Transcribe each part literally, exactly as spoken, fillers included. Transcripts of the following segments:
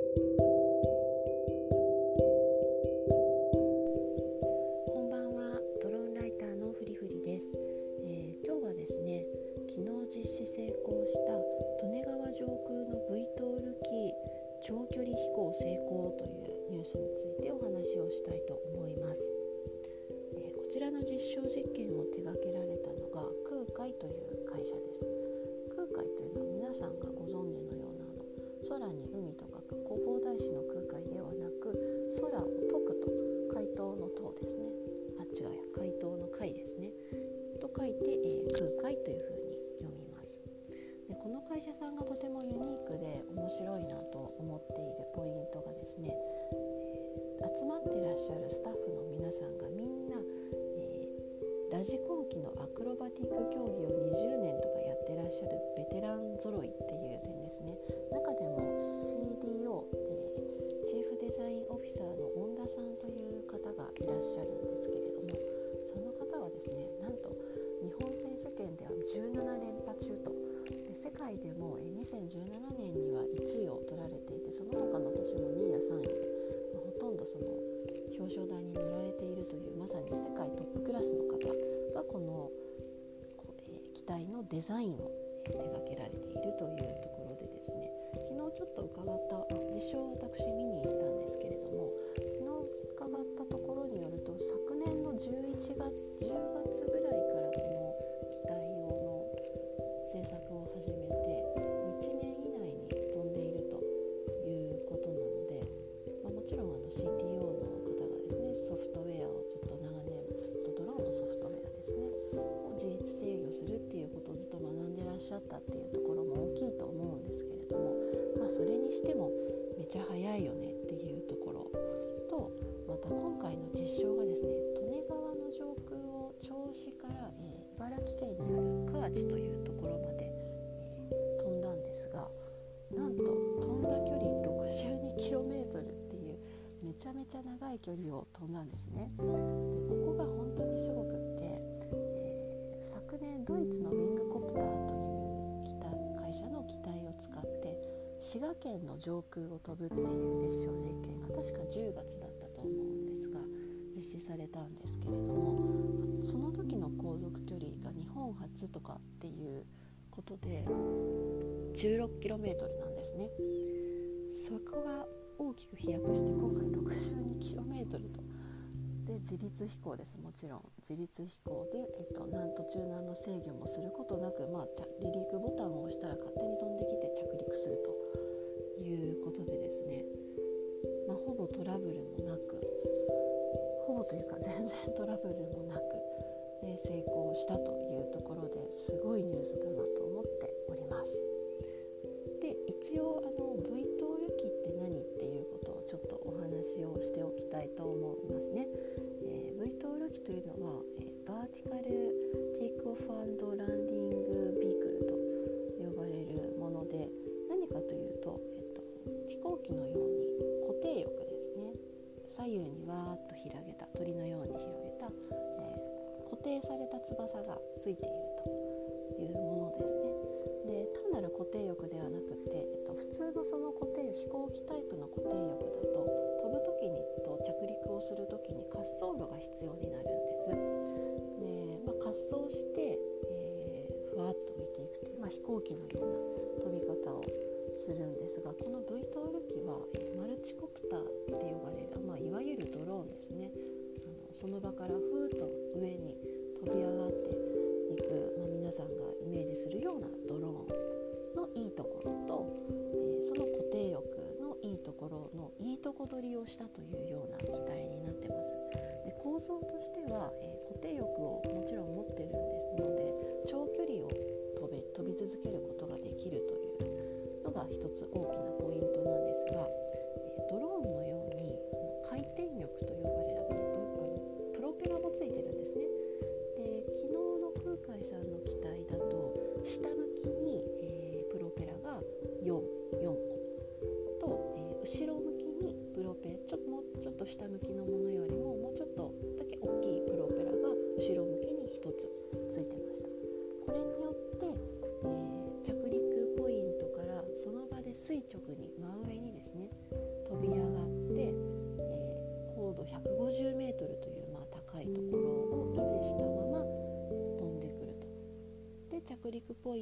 こんばんは、ドローンライターのフリフリです。えー、今日はですね、昨日実施成功した利根川上空の ブイトール 機長距離飛行成功というニュースについてお話をしたいと思います。えー、こちらの実証実験を手掛けられたのが空海という会社です。空海というのは皆さんがご存知のようなあの空に海と書く弘法大師の空海ではなく、空を解くと回答の塔ですね。あ、違うや、回答の回ですね。と書いて、えー、空海というふうに読みます。で、この会社さんがとてもユニークで面白いなと思っているポイントがですね、えー、集まってらっしゃるスタッフの皆さんがみんな、えー、ラジコン機のアクロバティック競技をにじゅうねんとかやってらっしゃるベテラン揃いっていう点ですね。中でも シーディーオー でチーフデザインオフィサーの恩田さんという方がいらっしゃるんですけれども、その方はですね、なんと日本選手権ではじゅうななれんぱ中と、で世界でもにせんじゅうななねんにはいちいを取られていて、その他の年もにいやさんいで、まあ、ほとんどその表彰台に乗られているという、まさに世界トップクラスの方がこの、えー、機体のデザインを手掛けられているというところでですね、昨日ちょっと伺ったあ実証を私見に行ったんですけれども、昨日伺ったところによると、昨年のじゅういちがつじゅうがつぐらいからこの機体用の制作を始めていちねん以内に飛んでいるということなので、まあ、もちろんあの シーティーオー の方がですね、ソフトウェアをずっと長年ずっとドローンのソフトウェアですねを自律制御するっていうことをずっと学んでらっしゃったっていうところも大きいと思うんですけれども、まあ、それにしてもめちゃ早いよねっていうところと、また今回の実証がですね、利根川の上空を銚子から、えー、茨城県にある河内というところまで、えー、飛んだんですが、なんと飛んだ距離 ろくじゅうにキロメートル っていうめちゃめちゃ長い距離を飛んだんですね。でここが本当にすごくって、えー、昨年ドイツのウィングコプターという機体会社の機体を使って滋賀県の上空を飛ぶっていう実証実験が確かじゅうがつだったと思うんですが実施されたんですけれども、その時の航続距離が日本初とかっていうことで じゅうろくキロメートル なんですね。そこが大きく飛躍して今回 ろくじゅうにキロメートル とで自律飛行です。もちろん自律飛行で、えっと、なん途中何の制御もすることなく、まあ、離陸ボタンを押したら勝手に飛んできて着陸するということでですね、まあ、ほぼトラブルもなく、ほぼというか全然トラブルもなく、えー、成功したというところですごいニュースだなと思っております。で、一応あの ブイトール 機って何っていうことをちょっとお話をしておきたいと思いますね。えー、ブイトール 機というのは、えー、バーティカルテイクオフ&ランディングビークルと呼ばれるもので、何かというと、えっと、飛行機のように固定翼ですね、左右にわーっと広げた鳥のように広げた、えー、固定された翼がついているというものですね。で、単なる固定翼ではなくて、えっと、普通のその固定飛行機タイプの固定翼だと飛ぶときにと着陸をするときに滑走路が必要になるんです。で、まあ、滑走して、えー、ふわっと浮いていくという、まあ、飛行機のような飛び方をするんですが、この ブイトール 機は、えー、マルチコプターって呼ばれる、まあ、いわゆるドローンですね。あのその場からふーっと上に飛び上がっていく、まあ、皆さんがイメージするようなドローンのいいところと、えー、その固定翼のいいところのいいとこ取りをしたというような機体になってます。で、構造としては、えー、固定翼をもちろん持ってるんですので、長距離を飛べ飛び続けることができるというのが一つ大きなポイントなんですが、えー、ドローンのように回転翼と呼ばれるあのプロペラもついてるんですね。で、昨日の空海さんの機体だと下向きに、えー、プロペラが 4, 4個と、えー、後ろ向きにプロペちょっともうちょっと下向きのものよりももうちょっとだけ大きいプロペラが後ろ向きにひとつついてました。これによって、えー、着陸ポイントからその場で垂直に真上にですね、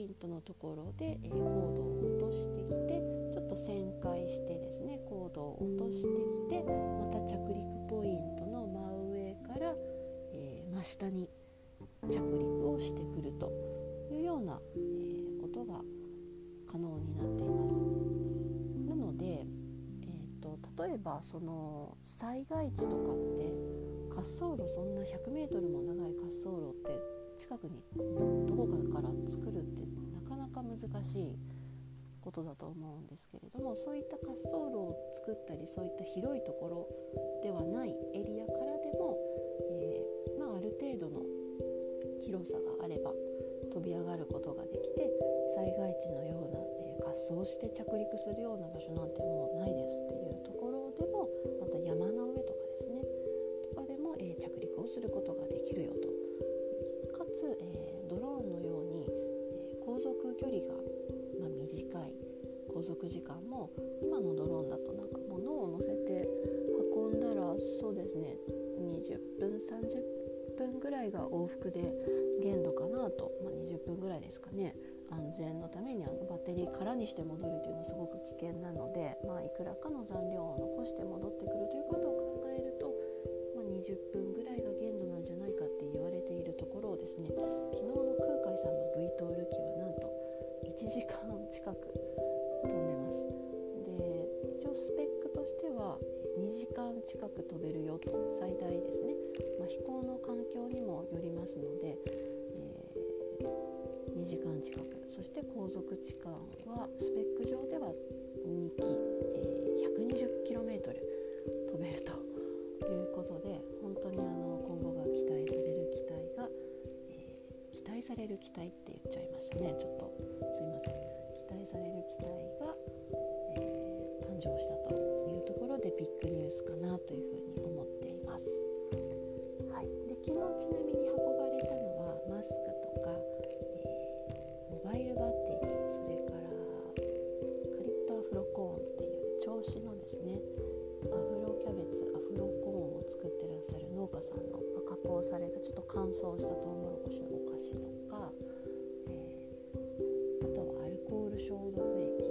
ントのところで、えー、高度を落としてきて、ちょっと旋回してですね高度を落としてきて、また着陸ポイントの真上から、えー、真下に着陸をしてくるというような、えー、ことが可能になっています。なので、えー、と例えばその災害地とかって滑走路、そんなひゃくメートルも長い滑走路って近くにどこかから作るってなかなか難しいことだと思うんですけれども、そういった滑走路を作ったり、そういった広いところではないエリアからでも、えーまあ、ある程度の広さがあれば飛び上がることができて、災害地のような、えー、滑走して着陸するような場所なんてもうないですっていうところでも、また山の上とかですねとかでも、えー、着陸をすることができるよと。かつ、えー、ドローンのように、えー、航続距離が、まあ、短い、航続時間も今のドローンだとなんか物を乗せて運んだらそうですねにじゅっぷんさんじゅっぷんぐらいが往復で限度かなと、まあ、にじゅっぷんぐらいですかね。安全のためにあのバッテリー空にして戻るというのはすごく危険なので、まあ、いくらかの残量を残して戻ってくるということを考えると、まあ、にじゅっぷんぐらいが限度なんじゃないかって言われているところをですね、昨日の空海さんの V トール機はなんといちじかん近く飛んでます。で、一応スペックとしてはにじかん近く飛べるよと、最大ですね、まあ、飛行の環境にもよりますので、えー、にじかん近く、そして航続時間はスペック上ではにき、えー、ひゃくにじゅっキロメートル飛べるということで、本当にあの今後が期待される機体が、えー、期待される機体って言っちゃいましたね。ちょっとすいません。期待される機体が、えー、誕生したというところでビッグニュースかなというふうに思っています。はい、で昨日ちなみに運ばれたのはマスクとか、えー、モバイルバッテリー、それからカリットアフロコーンっていう銚子のですねアフロキャベツ、アフロコーンを作ってらっしゃる農家さんの加工されたちょっと乾燥したトウモロコシのお菓子とか、えー、あとはアルコール消毒液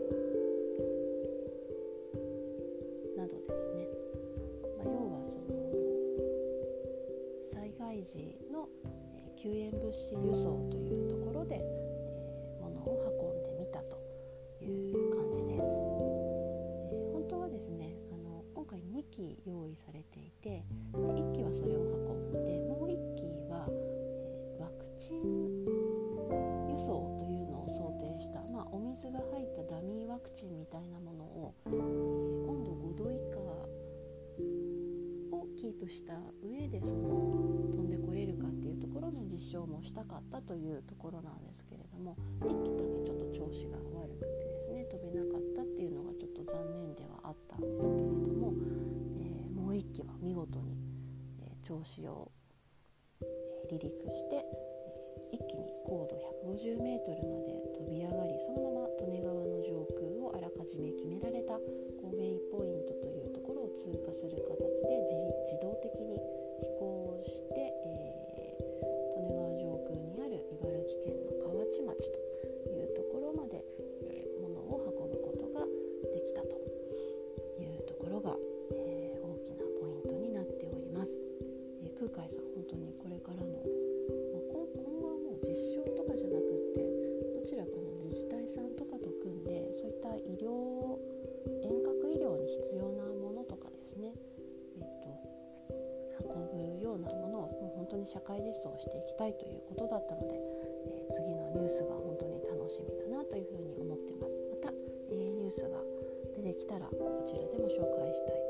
などですね、まあ、要はその災害時の、えー、救援物資輸送というところで、えー、物を運んでみたという感じです。えー、本当はですね、あの今回にき用意されていて、いっきはそれを運んで、もういっきは、えー、ワクチン輸送というのを想定した、まあ、お水が入ったダミーワクチンみたいなものを、えー、温度ごど以下をキープした上でその飛んでこれるかっていうところの実証もしたかったというところなんですけれども、いっきだけちょっと調子が悪くてですね飛べなかったっていうのがちょっと残念ではあったんですけれども、えー、もういっきは見事に、えー、調子を、えー、離陸して、えー、一気に高度ひゃくごじゅうメートルまで飛び上がり、そのまま利根川の上空をあらかじめ決められたこうウェイポイントというところを通過する形で 自, 自動的に飛行して、えー、利根川上空にある茨城県の河内町というところまで、えー、物を運ぶことができたというところが、えー、大きなポイントになっております。えー、空海さん本当にこれからの、まあ、今後はもう実証とかじゃなくってどちらかの自治体さんとかと組んでそういった医療遠隔医療に必要なものとかですね、えー、と運ぶようなものをもう本当に社会実装していきたいということだったので、えー、次のニュースが本当に楽しみだなというふうに思ってます。また、えー、ニュースが出てきたらこちらでも紹介したい